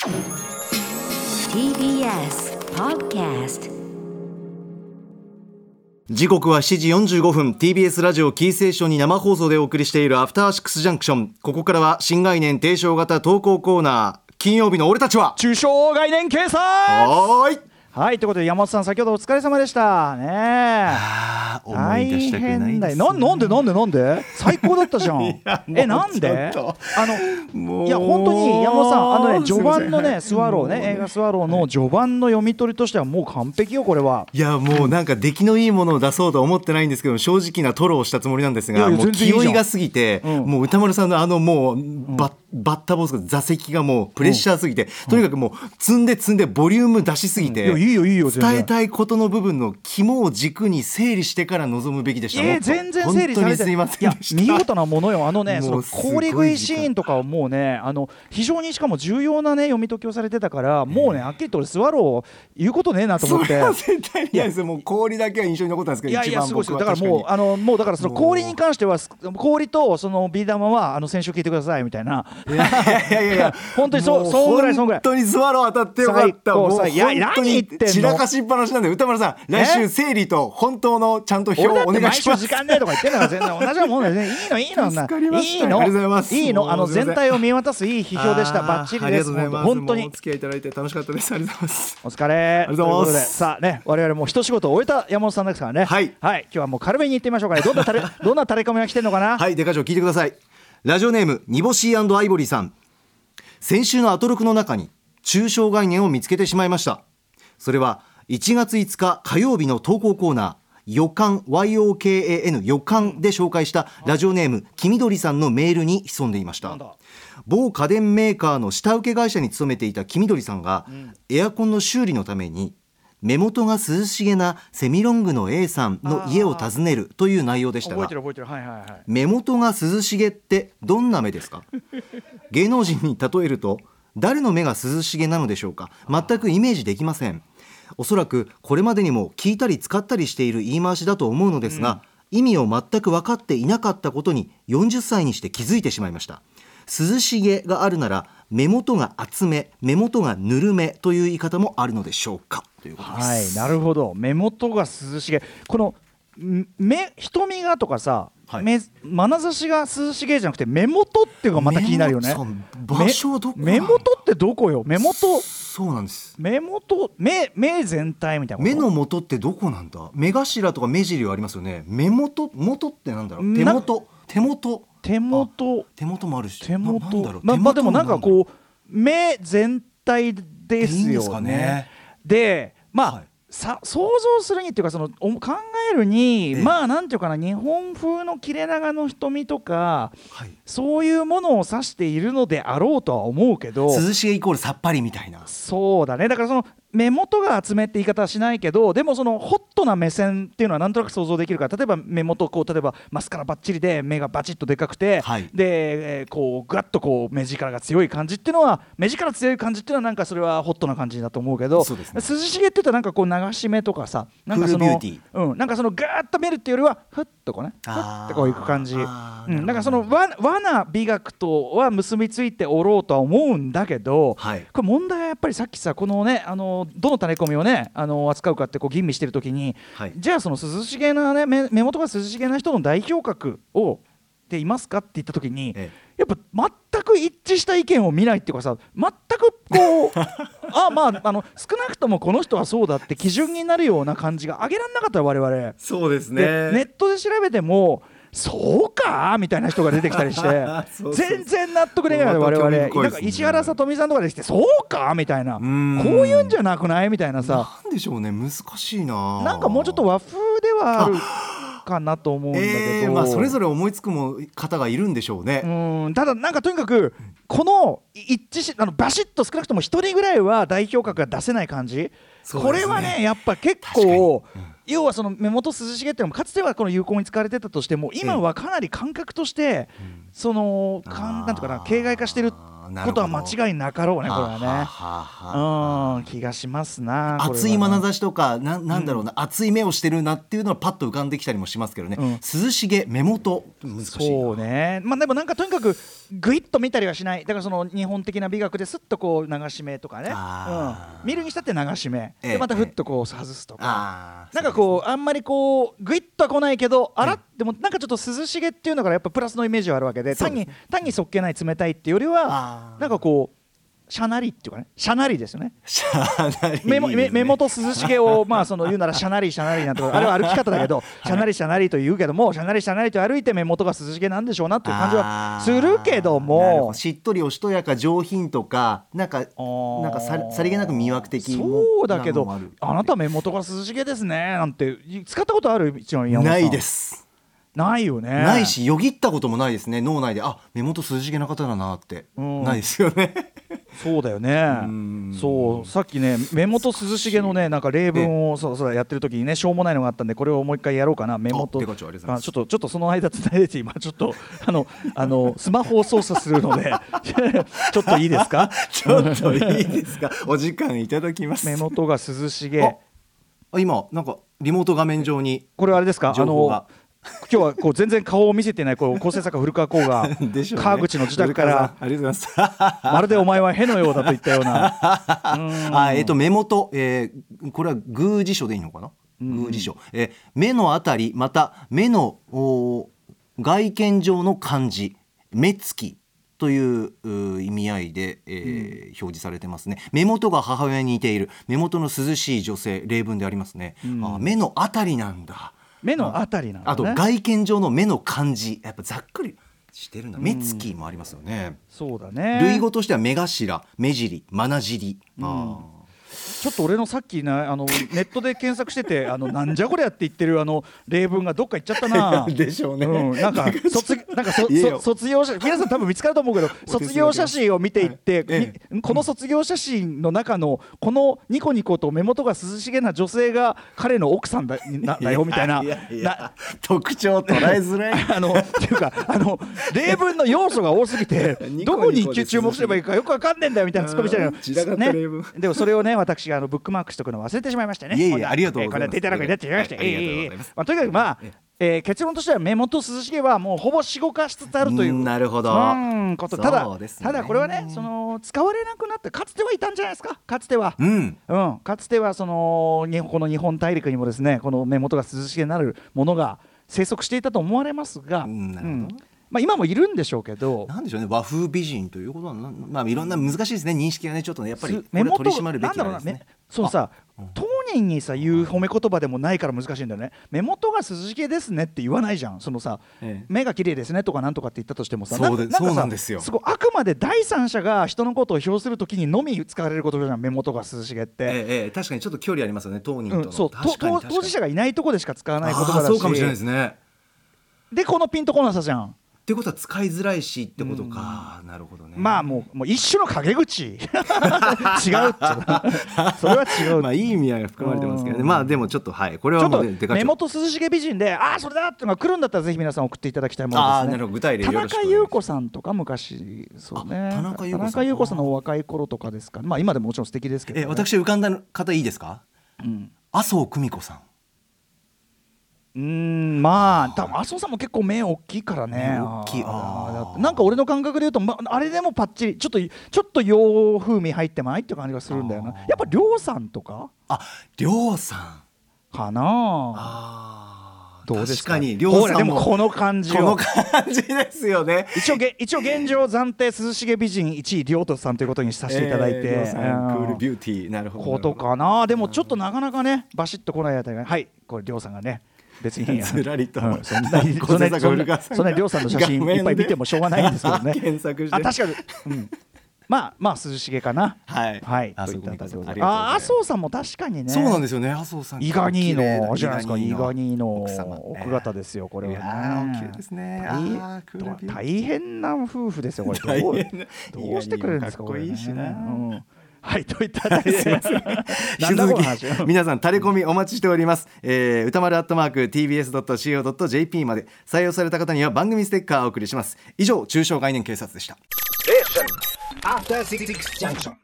TBS Podcast。 時刻は7時45分 TBS ラジオキーステーションに生放送でお送りしているアフターシックスジャンクション。ここからは新概念提唱型投稿コーナー、金曜日の俺たちは中小概念警察。 はーいはいということで山本さん先ほどお疲れ様でしたね。 思い出したくないですね。 なんで最高だったじゃんなんでいや本当に山本さん序盤のねスワローね映画スワローの序盤の読み取りとしてはもう完璧よこれは。 いやもうなんか出来のいいものを出そうとは思ってないんですけど、正直なトロをしたつもりなんですが、もう気負いが過ぎて、もう歌丸さんのもうバッタボス座席がもうプレッシャーすぎて、とにかくもう積んでボリューム出しすぎて、 いいよ伝えたいことの部分の肝を軸に整理してから臨むべきでした。 全然整理されて、いや見事なものよ。その氷食いシーンとかはもうね非常にしかも重要なね読み解きをされてたから、もうねはっきりと俺スワロー言うことねえなと思って。 それは絶対にないですよ。もう氷だけは印象に残ったんですけど、 いやすごいですよ。だからもうだからその氷に関しては氷とそのビー玉は先週聞いてくださいみたいな。いや本当にそんぐらい本当にスワロー当たってよかった。もう本当に散らかしっぱなしなんで、歌丸さん来週整理と本当のちゃんと表をお願いします。 毎週時間ねとか言ってんのが全然同じようなもんですね。いいの全体を見渡すいい批評でした。バッチリです。本当にお付き合いいただいて楽しかったです。ありがとうございます。 お疲れ。 ありがとうございます。 さあね、我々もう一仕事終えた山本さんですからね。はい、今日はもう軽めに行ってみましょうかね。どんなタレコミが来てんのかな。 はい、デカ長聞いてください。ラジオネーム煮干し&アイボリーさん。先週のアトロクの中に抽象概念を見つけてしまいました。それは1月5日火曜日の投稿コーナー予感 YOKAN 予感で紹介したラジオネーム黄緑さんのメールに潜んでいました。某家電メーカーの下請け会社に勤めていた黄緑さんが、エアコンの修理のために目元が涼しげなセミロングの A さんの家を訪ねるという内容でしたが、目元が涼しげってどんな目ですか？芸能人に例えると誰の目が涼しげなのでしょうか？全くイメージできません。おそらくこれまでにも聞いたり使ったりしている言い回しだと思うのですが、意味を全く分かっていなかったことに40歳にして気づいてしまいました。涼しげがあるなら目元が厚め、目元がぬるめという言い方もあるのでしょうか、ということです。 はい、なるほど。目元が涼しげ、この瞳がとかさ、眼差しが涼しげじゃなくて目元っていうのがまた気になるよね。 場所どこ？ 目元ってどこよ？目元。 そうなんです。 目元、目全体みたいなこと。 目の元ってどこなんだ？目頭とか目尻はありますよね。目元ってなんだろう？手元もあるし。 手元。 なんだろう？ まあでもなんかこう目全体ですよね。で、想像するにっていうか、その考えるに、なんていうかな、日本風の切れ長の瞳とか、そういうものを指しているのであろうとは思うけど、 涼しげイコールさっぱりみたいな。 そうだね。だからその目元が厚めって言い方はしないけど、でもそのホットな目線っていうのはなんとなく想像できるから。例えば目元例えばマスカラバッチリで目がバチッとでかくて、でこうガッとこう目力が強い感じっていうのは、なんかそれはホットな感じだと思うけど、涼しげって言ったらなんかこう流し目とかさ、なんかそのなんかそのガーッと見るっていうよりはふっとこうね、ふってこういく感じ。なんかその和な美学とは結びついておろうとは思うんだけど、これ問題はやっぱりさっきさ、このねどのタレコミをね扱うかってこう吟味してる時に、じゃあその涼しげなね目元が涼しげな人の代表格をっていますかって言った時に、やっぱ全く一致した意見を見ないっていうかさ、全くこう少なくともこの人はそうだって基準になるような感じが挙げられなかったら、我々 そうですね。 ネットで調べてもそうかみたいな人が出てきたりして全然納得できないの我々。なんか石原さとみさんとかでしてそうかみたいな、こういうんじゃなくないみたいなさ。 なんでしょうね、難しいな。 なんかもうちょっと和風ではあるかなと思うんだけど、 それぞれ思いつく方がいるんでしょうね。 ただなんかとにかくこの一致しバシッと少なくとも一人ぐらいは代表格が出せない感じ、これはねやっぱ結構、要はその目元涼しげっていうのもかつてはこの有効に使われてたとしても、今はかなり感覚としてそのなんていうかな、形骸化してることは間違いなかろうね、これはね。気がしますな。 熱い眼差しとかなんだろうな、熱い目をしてるなっていうのはパッと浮かんできたりもしますけどね、涼しげ、目元難しい。 そうね、でもなんかとにかくグイッと見たりはしない。だからその日本的な美学ですっとこう流し目とかね、見るにしたって流し目でまたふっとこう外すとか、なんかこうあんまりこうグイッとは来ないけど、あらでもなんかちょっと涼しげっていうのがやっぱプラスのイメージはあるわけで、単にそっけない冷たいっていうよりはなんかこうシャナリっていうかね、シャナリですよね。目元涼しげをその言うならシャナリなんてあれは歩き方だけど、シャナリと言うけども、シャナリと歩いて目元が涼しげなんでしょうなっていう感じはするけども、 しっとりおしとやか上品とかなんかさりげなく魅惑的。 そうだけど、あなた目元が涼しげですねなんて使ったことある？一応ないです。ないよね。 ないし、よぎったこともないですね。脳内で目元涼しげな方だなって、ないですよね。 そうだよね。そうさっきね、目元涼しげのねなんか例文をそうやってる時にね、しょうもないのがあったんで、これをもう一回やろうかな。目元ちょっとその間つないでて、今ちょっとスマホを操作するのでちょっといいですか？ ちょっといいですか？お時間いただきます。 目元が涼しげ。 今なんかリモート画面上にこれあれですか？今日はこう全然顔を見せてない構成作家古川光が川口の自宅からまるでお前はへのようだといったような目元、これは宮司書でいいのかな。宮司書、目のあたりまた目の外見上の感じ、目つきという意味合いで、表示されてますね。目元が母親に似ている、目元の涼しい女性、例文でありますね。目のあたりなんだ。 目のあたりなんだね。 あと外見上の目の感じ、やっぱざっくりしてるんだ。目つきもありますよね。 そうだね。 類語としては目頭、目尻、眼尻。 ちょっと俺のさっきネットで検索しててなんじゃこりゃって言ってる例文がどっか行っちゃったな。 でしょうね。 なんか卒業写真、皆さん多分見つかると思うけど、卒業写真を見ていって、この卒業写真の中のこのニコニコと目元が涼しげな女性が彼の奥さんだよみたいな特徴捉えづらいっていうか例文の要素が多すぎてどこに注目すればいいかよくわかんねえんだよみたいなツッコミしてるの。でもそれをね、私がブックマークしとくの忘れてしまいましてね。 ありがとうございます。 これ手たらくになってしまいまして、とにかく結論としては目元涼しげはもうほぼ死語化しつつあるという。 なるほど。 ただこれはね、使われなくなって、かつてはいたんじゃないですか。かつてはかつてはこの日本大陸にもですね、この目元が涼しげになるものが生息していたと思われますが、今もいるんでしょうけど、 なんでしょうね、和風美人ということは、いろんな難しいですね、認識がね、ちょっとね、やっぱりこれ取り締まるべきなんですね。 そうさ、当人にさ言う褒め言葉でもないから難しいんだよね。目元が涼しげですねって言わないじゃん。そのさ、目が綺麗ですねとかなんとかって言ったとしてもさ、 そうなんですよ。 すごいあくまで第三者が人のことを評するときにのみ使われる言葉じゃん、目元が涼しげって。 確かにちょっと距離ありますよね、当人との。 そう、当事者がいないとこでしか使わない言葉だし。 そうかもしれないですね。 でこのピンとこなさじゃん。 ってことは使いづらいしってことか。なるほどね。 もう一種の陰口違うってそれは違う。 いい意味合いが含まれてますけどね。でもちょっとこれはもう目元涼しげ美人でそれだっていうのが来るんだったらぜひ皆さん送っていただきたいものですね。 なるほど、具体例田中優子さんとか昔、そうね、田中優子さんのお若い頃とかですか。今でももちろん素敵ですけど、 私浮かんだ方いいですか。麻生久美子さん。 多分麻生さんも結構目大きいからね。 大きい。 なんか俺の感覚で言うと、あれでもパッチリちょっと洋風味入ってないって感じがするんだよな。やっぱ梁さんとか。 梁さんかな。どうですか。 確かに梁さんもでもこの感じですよね。 一応現状暫定涼しげ美人1位梁さんということにさせていただいて、 クールビューティー、なるほどことかな。でもちょっとなかなかねバシッと来ないあたりが、これ梁さんがね別にずらりと、 そんな梁さんの写真いっぱい見てもしょうがないんですけどね。 検索して確かに、涼しげかな。といったところで、麻生さんも確かにね。 そうなんですよね。麻生さん伊賀兄のじゃないですか。伊賀兄の奥方ですよ、これはね。 綺麗ですね。 大変な夫婦ですよこれ。どうしてくれるんですかこれ。かっこいいしね。といったあたりで引き続き皆さんタレコミお待ちしております。歌丸@tbs.co.jp まで。採用された方には番組ステッカーをお送りします。以上、中小概念警察でした。 After Six Junction